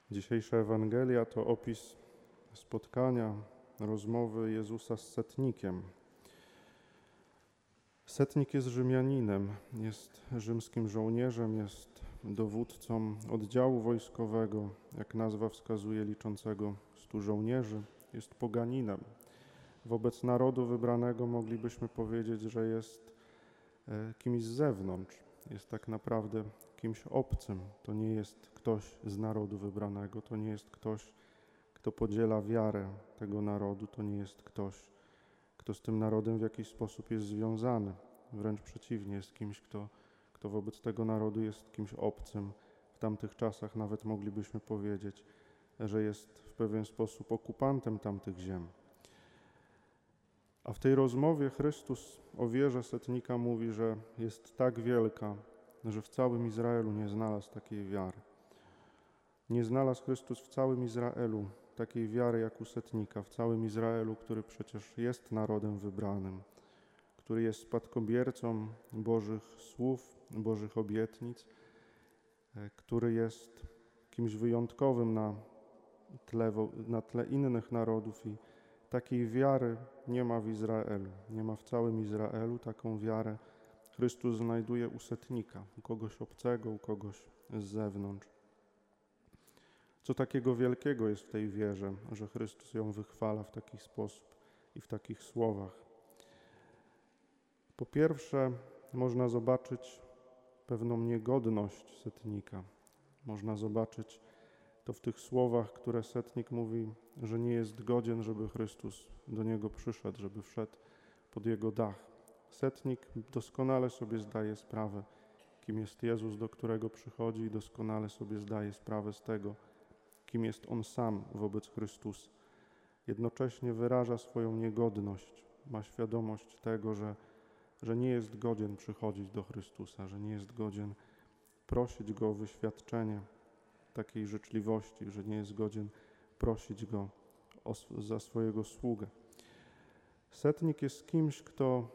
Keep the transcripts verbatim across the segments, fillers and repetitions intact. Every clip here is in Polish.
Dzisiejsza Ewangelia to opis spotkania, rozmowy Jezusa z setnikiem. Setnik jest Rzymianinem, jest rzymskim żołnierzem, jest dowódcą oddziału wojskowego, jak nazwa wskazuje, liczącego stu żołnierzy, jest poganinem. Wobec narodu wybranego moglibyśmy powiedzieć, że jest kimś z zewnątrz, jest tak naprawdę kimś obcym. To nie jest ktoś z narodu wybranego, to nie jest ktoś, kto podziela wiarę tego narodu, to nie jest ktoś, kto z tym narodem w jakiś sposób jest związany. Wręcz przeciwnie, jest kimś, kto, kto wobec tego narodu jest kimś obcym. W tamtych czasach nawet moglibyśmy powiedzieć, że jest w pewien sposób okupantem tamtych ziem. A w tej rozmowie Chrystus o wierze setnika mówi, że jest tak wielka, że w całym Izraelu nie znalazł takiej wiary. Nie znalazł Chrystus w całym Izraelu takiej wiary jak u setnika, w całym Izraelu, który przecież jest narodem wybranym, który jest spadkobiercą Bożych słów, Bożych obietnic, który jest kimś wyjątkowym na tle, na tle innych narodów i takiej wiary nie ma w Izraelu, nie ma w całym Izraelu. Taką wiarę Chrystus znajduje u setnika, u kogoś obcego, u kogoś z zewnątrz. Co takiego wielkiego jest w tej wierze, że Chrystus ją wychwala w taki sposób i w takich słowach? Po pierwsze, można zobaczyć pewną niegodność setnika. Można zobaczyć to w tych słowach, które setnik mówi, że nie jest godzien, żeby Chrystus do niego przyszedł, żeby wszedł pod jego dach. Setnik doskonale sobie zdaje sprawę, kim jest Jezus, do którego przychodzi, i doskonale sobie zdaje sprawę z tego, kim jest on sam wobec Chrystusa. Jednocześnie wyraża swoją niegodność, ma świadomość tego, że, że nie jest godzien przychodzić do Chrystusa, że nie jest godzien prosić Go o wyświadczenie takiej życzliwości, że nie jest godzien prosić Go o, za swojego sługę. Setnik jest kimś, kto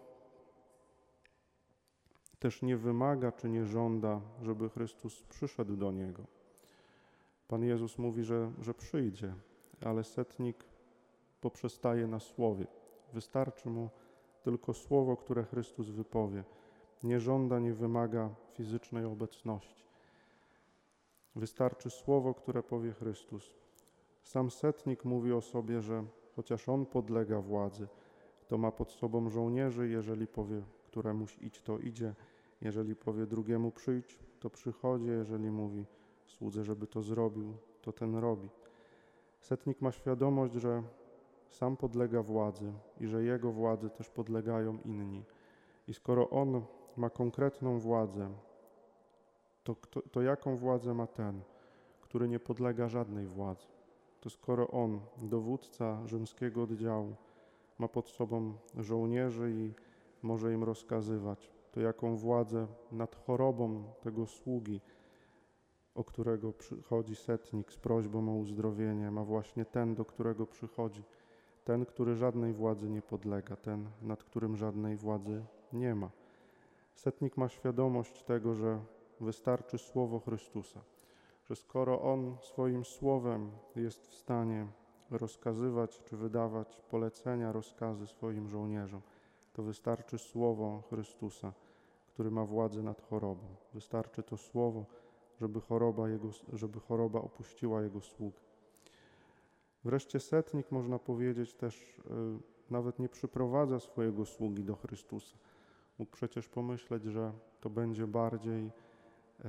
też nie wymaga czy nie żąda, żeby Chrystus przyszedł do niego. Pan Jezus mówi, że, że przyjdzie, ale setnik poprzestaje na słowie. Wystarczy mu tylko słowo, które Chrystus wypowie. Nie żąda, nie wymaga fizycznej obecności. Wystarczy słowo, które powie Chrystus. Sam setnik mówi o sobie, że chociaż on podlega władzy, to ma pod sobą żołnierzy. Jeżeli powie któremuś idź, to idzie. Jeżeli powie drugiemu przyjdź, to przychodzi. Jeżeli mówi słudze, żeby to zrobił, to ten robi. Setnik ma świadomość, że sam podlega władzy i że jego władzy też podlegają inni. I skoro on ma konkretną władzę, to, to, to jaką władzę ma ten, który nie podlega żadnej władzy? To skoro on, dowódca rzymskiego oddziału, ma pod sobą żołnierzy i może im rozkazywać, to jaką władzę nad chorobą tego sługi, o którego przychodzi setnik z prośbą o uzdrowienie, ma właśnie ten, do którego przychodzi, ten, który żadnej władzy nie podlega, ten, nad którym żadnej władzy nie ma. Setnik ma świadomość tego, że wystarczy słowo Chrystusa, że skoro On swoim słowem jest w stanie rozkazywać czy wydawać polecenia, rozkazy swoim żołnierzom, to wystarczy słowo Chrystusa, który ma władzę nad chorobą. Wystarczy to słowo, żeby choroba, jego, żeby choroba opuściła Jego sługę. Wreszcie setnik, można powiedzieć, też yy, nawet nie przyprowadza swojego sługi do Chrystusa. Mógł przecież pomyśleć, że to będzie bardziej, yy,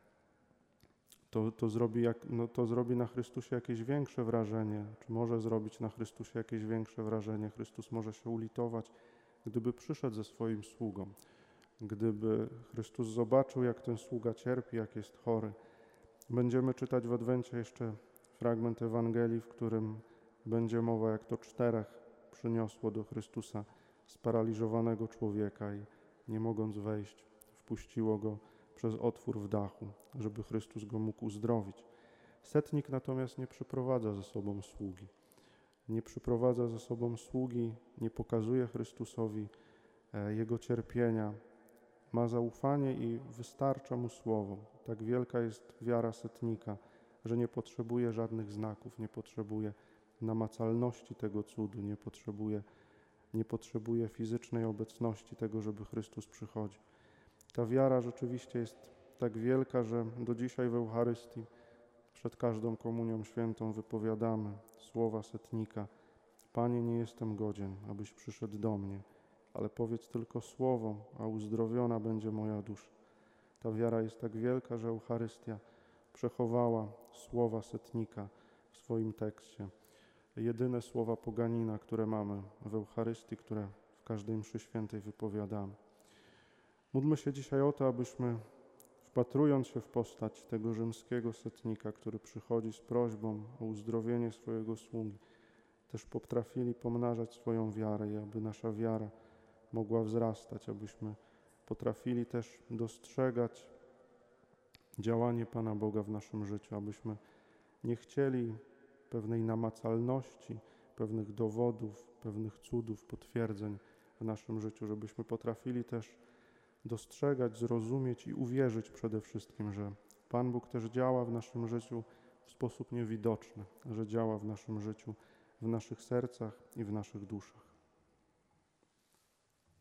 to, to, zrobi jak, no, to zrobi na Chrystusie jakieś większe wrażenie, czy może zrobić na Chrystusie jakieś większe wrażenie. Chrystus może się ulitować, gdyby przyszedł ze swoim sługą. Gdyby Chrystus zobaczył, jak ten sługa cierpi, jak jest chory. Będziemy czytać w Adwencie jeszcze fragment Ewangelii, w którym będzie mowa, jak to czterech przyniosło do Chrystusa sparaliżowanego człowieka i nie mogąc wejść, wpuściło go przez otwór w dachu, żeby Chrystus go mógł uzdrowić. Setnik natomiast nie przyprowadza ze sobą sługi. Nie przyprowadza ze sobą sługi, nie pokazuje Chrystusowi Jego cierpienia. Ma zaufanie i wystarcza mu słowo. Tak wielka jest wiara setnika, że nie potrzebuje żadnych znaków, nie potrzebuje namacalności tego cudu, nie potrzebuje, nie potrzebuje fizycznej obecności tego, żeby Chrystus przychodził. Ta wiara rzeczywiście jest tak wielka, że do dzisiaj w Eucharystii przed każdą komunią świętą wypowiadamy słowa setnika: Panie, nie jestem godzien, abyś przyszedł do mnie, ale powiedz tylko słowo, a uzdrowiona będzie moja dusza. Ta wiara jest tak wielka, że Eucharystia przechowała słowa setnika w swoim tekście. Jedyne słowa poganina, które mamy w Eucharystii, które w każdej mszy świętej wypowiadamy. Módlmy się dzisiaj o to, abyśmy, wpatrując się w postać tego rzymskiego setnika, który przychodzi z prośbą o uzdrowienie swojego sługi, też potrafili pomnażać swoją wiarę i aby nasza wiara mogła wzrastać, abyśmy potrafili też dostrzegać działanie Pana Boga w naszym życiu, abyśmy nie chcieli pewnej namacalności, pewnych dowodów, pewnych cudów, potwierdzeń w naszym życiu, żebyśmy potrafili też dostrzegać, zrozumieć i uwierzyć przede wszystkim, że Pan Bóg też działa w naszym życiu w sposób niewidoczny, że działa w naszym życiu, w naszych sercach i w naszych duszach.